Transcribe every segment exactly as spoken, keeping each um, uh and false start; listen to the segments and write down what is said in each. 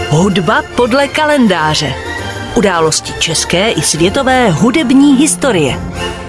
Hudba podle kalendáře. Události české i světové hudební historie.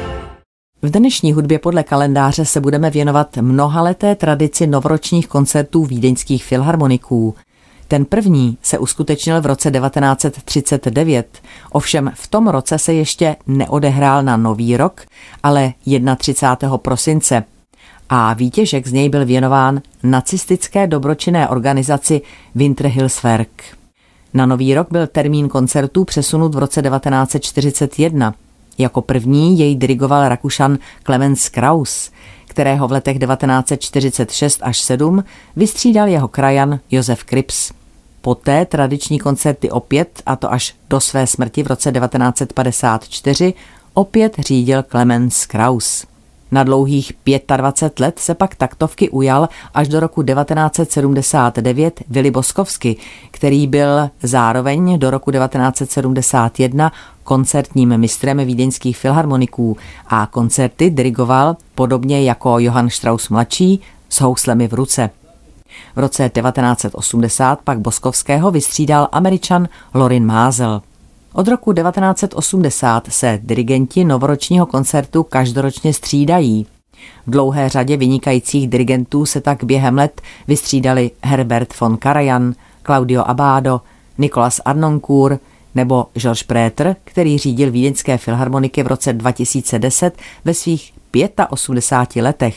V dnešní hudbě podle kalendáře se budeme věnovat mnohaleté tradici novoročních koncertů vídeňských filharmoniků. Ten první se uskutečnil v roce devatenáct set třicet devět, ovšem v tom roce se ještě neodehrál na Nový rok, ale třicátého prvního prosince. A výtěžek z něj byl věnován nacistické dobročinné organizaci Winterhilfswerk. Na Nový rok byl termín koncertů přesunut v roce devatenáct set čtyřicet jedna. Jako první jej dirigoval Rakušan Klemens Krauss, kterého v letech devatenáct set čtyřicet šest až sedm vystřídal jeho krajan Josef Krips. Poté tradiční koncerty opět, a to až do své smrti v roce devatenáct set padesát čtyři, opět řídil Klemens Krauss. Na dlouhých dvacet pět let se pak taktovky ujal až do roku devatenáct set sedmdesát devět Willy Boskovsky, který byl zároveň do roku devatenáct set sedmdesát jedna koncertním mistrem vídeňských filharmoniků a koncerty dirigoval podobně jako Johann Strauss mladší s houslemi v ruce. V roce devatenáct set osmdesát pak Boskovského vystřídal Američan Lorin Maazel. Od roku devatenáct set osmdesát se dirigenti novoročního koncertu každoročně střídají. V dlouhé řadě vynikajících dirigentů se tak během let vystřídali Herbert von Karajan, Claudio Abbado, Nicolas Harnoncourt nebo Georges Prétre, který řídil vídeňské filharmoniky v roce dva tisíce deset ve svých osmdesáti pěti letech.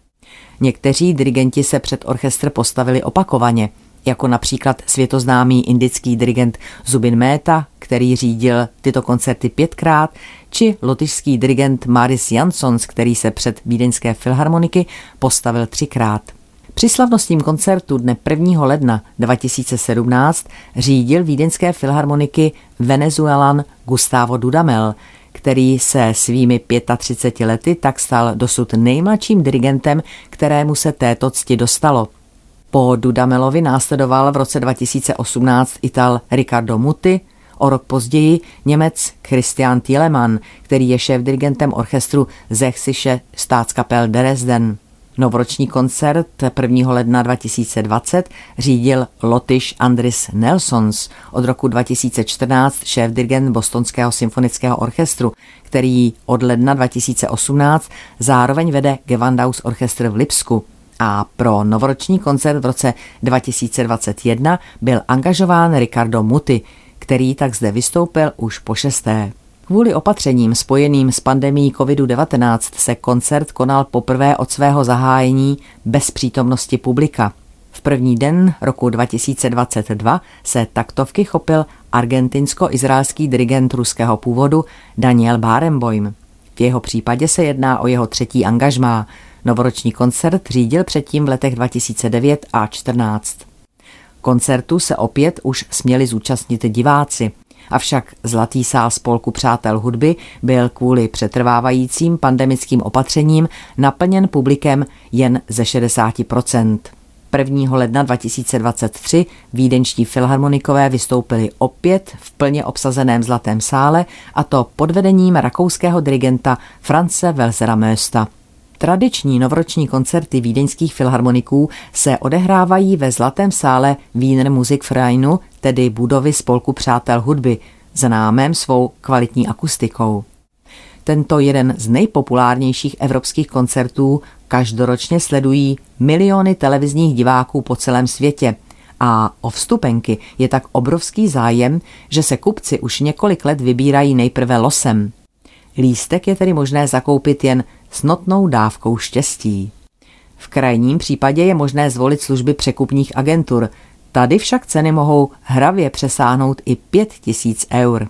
Někteří dirigenti se před orchestr postavili opakovaně, jako například světoznámý indický dirigent Zubin Mehta, který řídil tyto koncerty pětkrát, či lotyšský dirigent Maris Jansons, který se před vídeňské filharmoniky postavil třikrát. Při slavnostním koncertu dne prvního ledna dva tisíce sedmnáct řídil vídeňské filharmoniky Venezuelan Gustavo Dudamel, který se svými třiceti pěti lety tak stal dosud nejmladším dirigentem, kterému se této cti dostalo. Po Dudamelovi následoval v roce dva tisíce osmnáct Ital Riccardo Muti, o rok později Němec Christian Thielemann, který je šéfdirigentem orchestru Sächsische Staatskapelle Dresden. Novoroční koncert prvního ledna dva tisíce dvacet řídil Lotyš Andris Nelsons, od roku dva tisíce čtrnáct šéfdirigent Bostonského symfonického orchestru, který od ledna dva tisíce osmnáct zároveň vede Gewandhaus Orchestr v Lipsku. A pro novoroční koncert v roce dva tisíce dvacet jedna byl angažován Riccardo Muti, který tak zde vystoupil už po šesté. Kvůli opatřením spojeným s pandemií kovid devatenáct se koncert konal poprvé od svého zahájení bez přítomnosti publika. V první den roku dva tisíce dvacet dva se taktovky chopil argentinsko-izraelský dirigent ruského původu Daniel Barenboim. V jeho případě se jedná o jeho třetí angažmá. Novoroční koncert řídil předtím v letech dva tisíce devět a čtrnáct. Koncertu se opět už směli zúčastnit diváci, avšak Zlatý sál Spolku přátel hudby byl kvůli přetrvávajícím pandemickým opatřením naplněn publikem jen ze šedesát procent. prvního ledna dva tisíce dvacet tři vídeňští filharmonikové vystoupili opět v plně obsazeném Zlatém sále, a to pod vedením rakouského dirigenta Franze Welsera Mösta. Tradiční novoroční koncerty vídeňských filharmoniků se odehrávají ve Zlatém sále Wiener Musikvereinu, tedy budovy Spolku přátel hudby, známém svou kvalitní akustikou. Tento jeden z nejpopulárnějších evropských koncertů každoročně sledují miliony televizních diváků po celém světě a o vstupenky je tak obrovský zájem, že se kupci už několik let vybírají nejprve losem. Lístek je tedy možné zakoupit jen s notnou dávkou štěstí. V krajním případě je možné zvolit služby překupních agentur, tady však ceny mohou hravě přesáhnout i pět tisíc eur.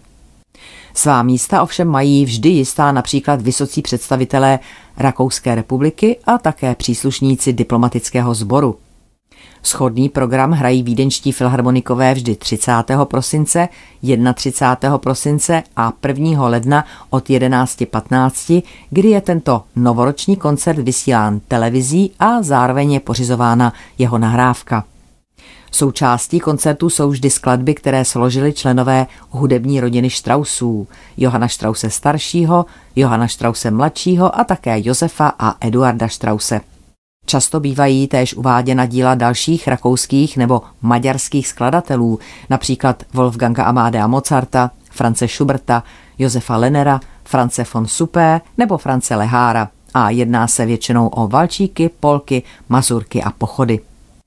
Svá místa ovšem mají vždy jistá například vysocí představitelé Rakouské republiky a také příslušníci diplomatického sboru. Shodný program hrají vídeňští filharmonikové vždy třicátého prosince, třicátého prvního prosince a prvního ledna od jedenáct patnáct, kdy je tento novoroční koncert vysílán televizí a zároveň je pořizována jeho nahrávka. Součástí koncertu jsou vždy skladby, které složili členové hudební rodiny Straussů, Johanna Strausse staršího, Johanna Strausse mladšího a také Josefa a Eduarda Strausse. Často bývají též uváděna díla dalších rakouských nebo maďarských skladatelů, například Wolfganga Amadea Mozarta, Franze Schuberta, Josefa Lennera, Franze von Suppé nebo Franze Lehára a jedná se většinou o valčíky, polky, mazurky a pochody.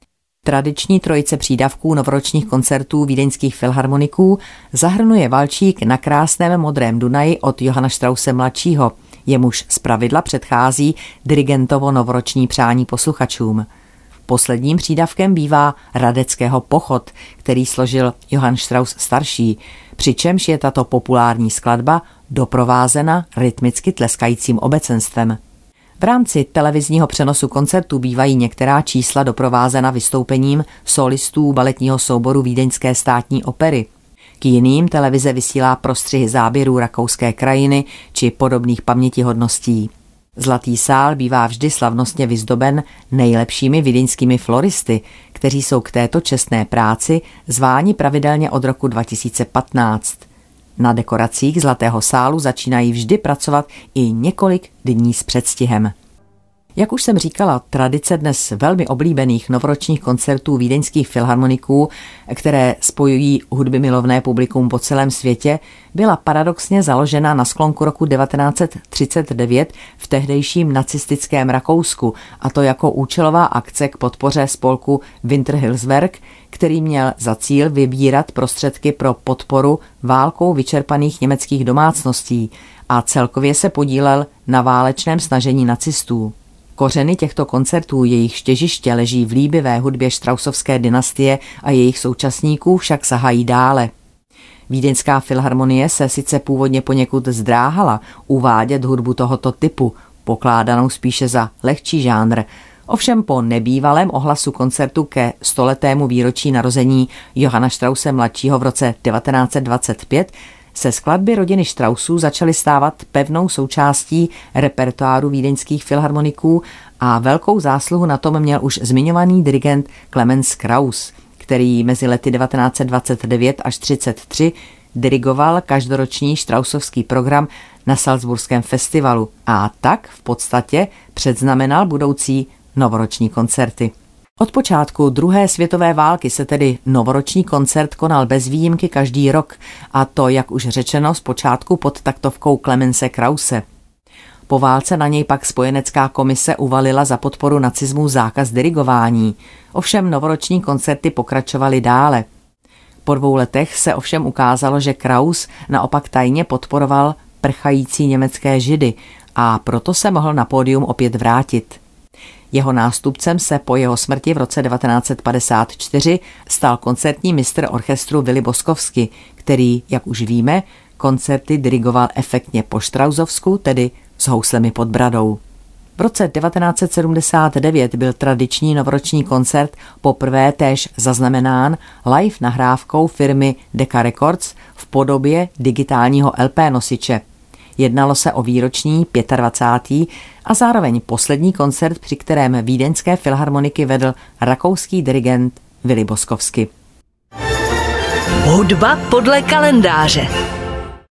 Tradiční trojice přídavků novoročních koncertů vídeňských filharmoniků zahrnuje valčík Na krásném modrém Dunaji od Johanna Strausse mladšího, jemuž zpravidla předchází dirigentovo novoroční přání posluchačům. Posledním přídavkem bývá Radeckého pochod, který složil Johann Strauss starší, přičemž je tato populární skladba doprovázena rytmicky tleskajícím obecenstvem. V rámci televizního přenosu koncertů bývají některá čísla doprovázena vystoupením solistů baletního souboru Vídeňské státní opery. K jiným televize vysílá prostřihy záběrů rakouské krajiny či podobných pamětihodností. Zlatý sál bývá vždy slavnostně vyzdoben nejlepšími vídeňskými floristy, kteří jsou k této čestné práci zváni pravidelně od roku dva tisíce patnáct. Na dekoracích Zlatého sálu začínají vždy pracovat i několik dní s předstihem. Jak už jsem říkala, tradice dnes velmi oblíbených novoročních koncertů vídeňských filharmoniků, které spojují hudby milovné publikum po celém světě, byla paradoxně založena na sklonku roku devatenáct set třicet devět v tehdejším nacistickém Rakousku, a to jako účelová akce k podpoře spolku Winterhilfswerk, který měl za cíl vybírat prostředky pro podporu válkou vyčerpaných německých domácností a celkově se podílel na válečném snažení nacistů. Kořeny těchto koncertů, jejich těžiště leží v líbivé hudbě Straussovské dynastie a jejich současníků však sahají dále. Vídeňská filharmonie se sice původně poněkud zdráhala uvádět hudbu tohoto typu, pokládanou spíše za lehčí žánr, ovšem po nebývalém ohlasu koncertu ke stoletému výročí narození Johanna Strausse mladšího v roce devatenáct set dvacet pět se skladby rodiny Straussů začaly stávat pevnou součástí repertoáru vídeňských filharmoniků a velkou zásluhu na tom měl už zmiňovaný dirigent Clemens Krauss, který mezi lety devatenáct set dvacet devět až třicet tři dirigoval každoroční Straussovský program na Salzburském festivalu a tak v podstatě předznamenal budoucí novoroční koncerty. Od počátku druhé světové války se tedy novoroční koncert konal bez výjimky každý rok, a to, jak už řečeno, zpočátku pod taktovkou Clemense Krause. Po válce na něj pak spojenecká komise uvalila za podporu nacismu zákaz dirigování, ovšem novoroční koncerty pokračovaly dále. Po dvou letech se ovšem ukázalo, že Krauss naopak tajně podporoval prchající německé Židy a proto se mohl na pódium opět vrátit. Jeho nástupcem se po jeho smrti v roce devatenáct set padesát čtyři stal koncertní mistr orchestru Willy Boskovsky, který, jak už víme, koncerty dirigoval efektně po štrausovsku, tedy s houslemi pod bradou. V roce devatenáct set sedmdesát devět byl tradiční novoroční koncert poprvé též zaznamenán live nahrávkou firmy Decca Records v podobě digitálního el pé nosiče. Jednalo se o výroční dvacátý pátý a zároveň poslední koncert, při kterém vídeňské filharmoniky vedl rakouský dirigent Willy Boskovsky. Hudba podle kalendáře.